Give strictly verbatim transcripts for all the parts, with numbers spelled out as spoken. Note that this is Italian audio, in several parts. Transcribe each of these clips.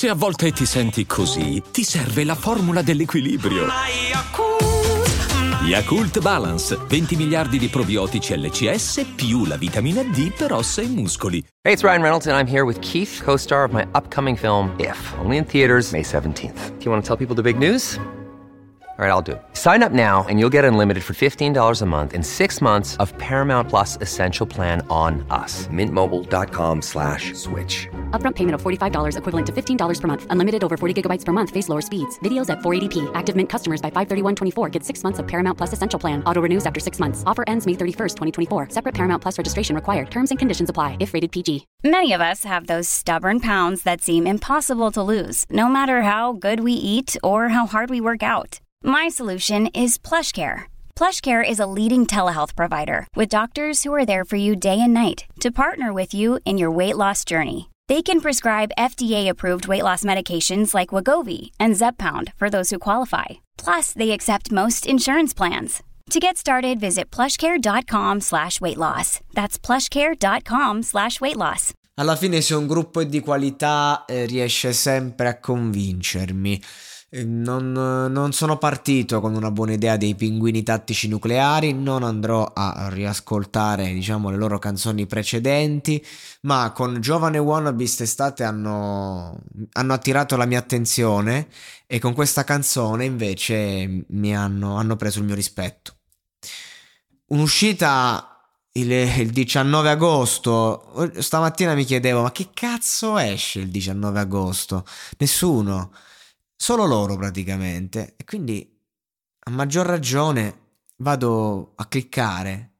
Se a volte ti senti così, ti serve la formula dell'equilibrio. Yakult Balance, venti miliardi di probiotici L C S più la vitamina D per ossa e muscoli. Hey, it's Ryan Reynolds and I'm here with Keith, co-star of my upcoming film If, only in theaters May seventeenth. Do you want to tell people the big news? All right, I'll do it. Sign up now and you'll get unlimited for fifteen dollars a month and six months of Paramount Plus Essential Plan on us. Mint Mobile dot com slash switch. Upfront payment of forty-five dollars equivalent to fifteen dollars per month. Unlimited over forty gigabytes per month. Face lower speeds. Videos at four eighty p. Active Mint customers by five thirty-one twenty-four get six months of Paramount Plus Essential Plan. Auto renews after six months. Offer ends May thirty-first, twenty twenty-four. Separate Paramount Plus registration required. Terms and conditions apply if rated P G. Many of us have those stubborn pounds that seem impossible to lose, no matter how good we eat or how hard we work out. My solution is PlushCare. PlushCare is a leading telehealth provider with doctors who are there for you day and night to partner with you in your weight loss journey. They can prescribe F D A-approved weight loss medications like Wegovy and Zepbound for those who qualify. Plus, they accept most insurance plans. To get started, visit plushcare.com slash weight loss. That's plushcare.com slash weight loss. Alla fine, se un gruppo è di qualità, eh, riesce sempre a convincermi. Non, non sono partito con una buona idea dei Pinguini Tattici Nucleari, non andrò a riascoltare, diciamo, le loro canzoni precedenti, ma con Giovane Wannabe quest'estate hanno, hanno attirato la mia attenzione e con questa canzone invece mi hanno, hanno preso il mio rispetto. Un'uscita il, il diciannove agosto, stamattina mi chiedevo ma che cazzo esce il diciannove agosto? Nessuno. Solo loro praticamente, e quindi a maggior ragione vado a cliccare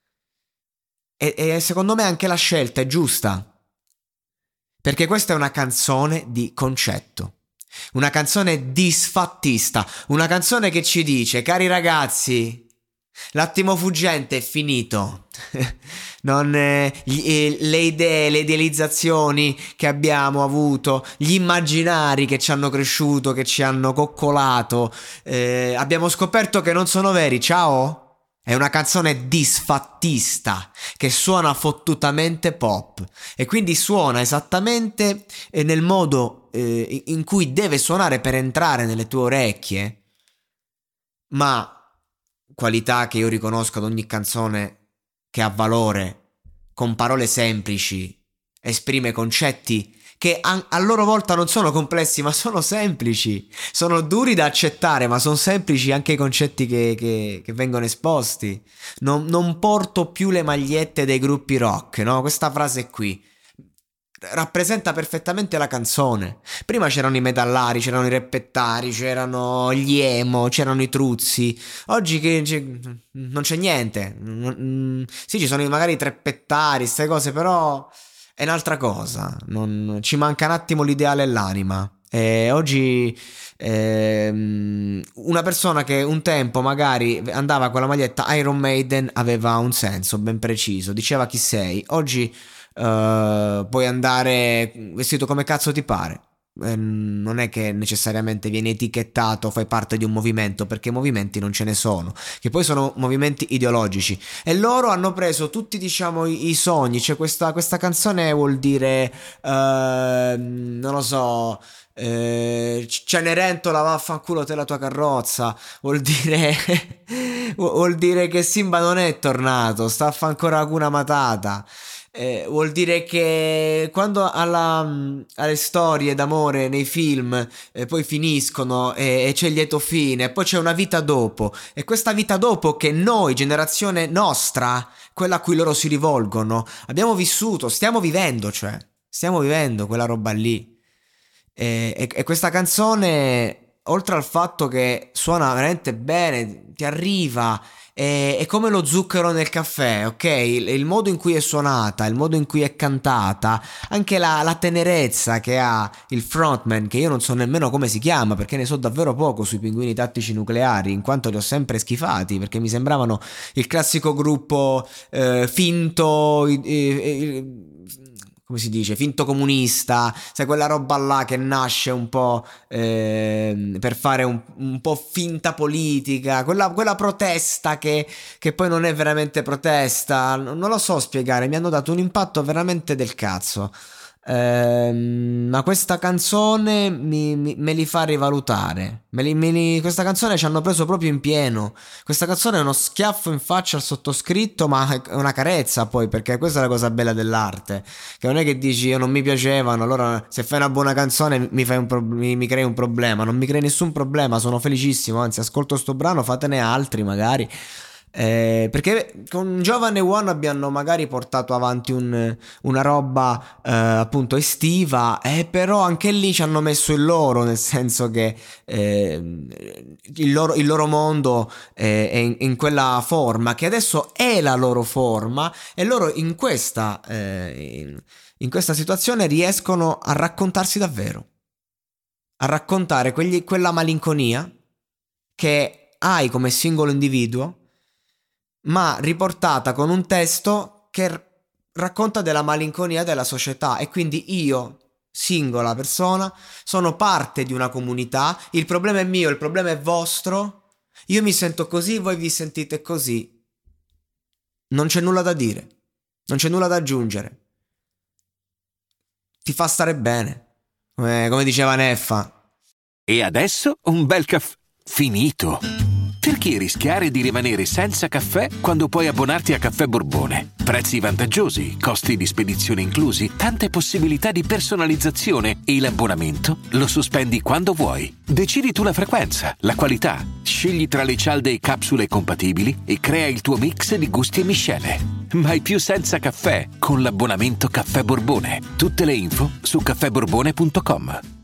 e, e secondo me anche la scelta è giusta, perché questa è una canzone di concetto, una canzone disfattista, una canzone che ci dice: cari ragazzi, l'attimo fuggente è finito. Non, eh, gli, eh, le idee, le idealizzazioni che abbiamo avuto, gli immaginari che ci hanno cresciuto, che ci hanno coccolato, eh, abbiamo scoperto che non sono veri. Ciao? È una canzone disfattista che suona fottutamente pop e quindi suona esattamente eh, nel modo eh, in cui deve suonare per entrare nelle tue orecchie, ma qualità che io riconosco ad ogni canzone che ha valore, con parole semplici, esprime concetti che a, a loro volta non sono complessi ma sono semplici, sono duri da accettare ma sono semplici anche i concetti che, che, che vengono esposti. Non, non porto più le magliette dei gruppi rock, no? Questa frase qui rappresenta perfettamente la canzone. Prima c'erano i metallari, c'erano i reppettari, c'erano gli emo, c'erano i truzzi. Oggi che c'è, non c'è niente. Sì, ci sono magari i treppettari, queste cose, però è un'altra cosa. Non, ci manca un attimo l'ideale e l'anima. E oggi ehm, una persona che un tempo magari andava con la maglietta Iron Maiden aveva un senso ben preciso, diceva chi sei. Oggi Uh, puoi andare vestito come cazzo ti pare, eh, non è che necessariamente viene etichettato, fai parte di un movimento, perché movimenti non ce ne sono, che poi sono movimenti ideologici, e loro hanno preso tutti, diciamo, i, i sogni. Cioè questa, questa canzone vuol dire uh, non lo so, eh, Cenerentola vaffanculo te la tua carrozza, vuol dire vuol dire che Simba non è tornato, sta a fa ancora Hakuna Matata. Eh, vuol dire che quando alla, alle storie d'amore nei film eh, poi finiscono e, e c'è il lieto fine e poi c'è una vita dopo, e questa vita dopo che noi, generazione nostra, quella a cui loro si rivolgono, abbiamo vissuto, stiamo vivendo, cioè stiamo vivendo quella roba lì. E, e, e questa canzone, oltre al fatto che suona veramente bene, ti arriva, è, è come lo zucchero nel caffè, ok? Il, il modo in cui è suonata, il modo in cui è cantata, anche la, la tenerezza che ha il frontman, che io non so nemmeno come si chiama, perché ne so davvero poco sui Pinguini Tattici Nucleari, in quanto li ho sempre schifati, perché mi sembravano il classico gruppo eh, finto, eh, eh, come si dice, finto comunista, sai, quella roba là che nasce un po' eh, per fare un, un po' finta politica, quella, quella protesta che, che poi non è veramente protesta, non lo so spiegare, mi hanno dato un impatto veramente del cazzo. Ehm, ma questa canzone mi, mi- me li fa rivalutare. Me li- me li- questa canzone ci hanno preso proprio in pieno. Questa canzone è uno schiaffo in faccia al sottoscritto, ma è una carezza poi, perché questa è la cosa bella dell'arte. Che non è che dici io non mi piacevano, allora se fai una buona canzone mi, fai un pro- mi, mi crei un problema. Non mi crei nessun problema, sono felicissimo. Anzi, ascolto sto brano, fatene altri magari. Eh, perché con Giovane One abbiano magari portato avanti un- una roba eh, appunto estiva, eh, però anche lì ci hanno messo il loro, nel senso che eh, il loro, il loro mondo eh, è in, in quella forma, che adesso è la loro forma, e loro in questa, eh, in, in questa situazione riescono a raccontarsi davvero, a raccontare quegli- quella malinconia che hai come singolo individuo, ma riportata con un testo che r- racconta della malinconia della società. E quindi io, singola persona, sono parte di una comunità, il problema è mio, il problema è vostro, io mi sento così, voi vi sentite così, non c'è nulla da dire, non c'è nulla da aggiungere, ti fa stare bene, come, come diceva Neffa. E adesso un bel caffè finito. Perché rischiare di rimanere senza caffè quando puoi abbonarti a Caffè Borbone? Prezzi vantaggiosi, costi di spedizione inclusi, tante possibilità di personalizzazione e l'abbonamento lo sospendi quando vuoi. Decidi tu la frequenza, la qualità, scegli tra le cialde e capsule compatibili e crea il tuo mix di gusti e miscele. Mai più senza caffè con l'abbonamento Caffè Borbone. Tutte le info su caffè borbone punto com.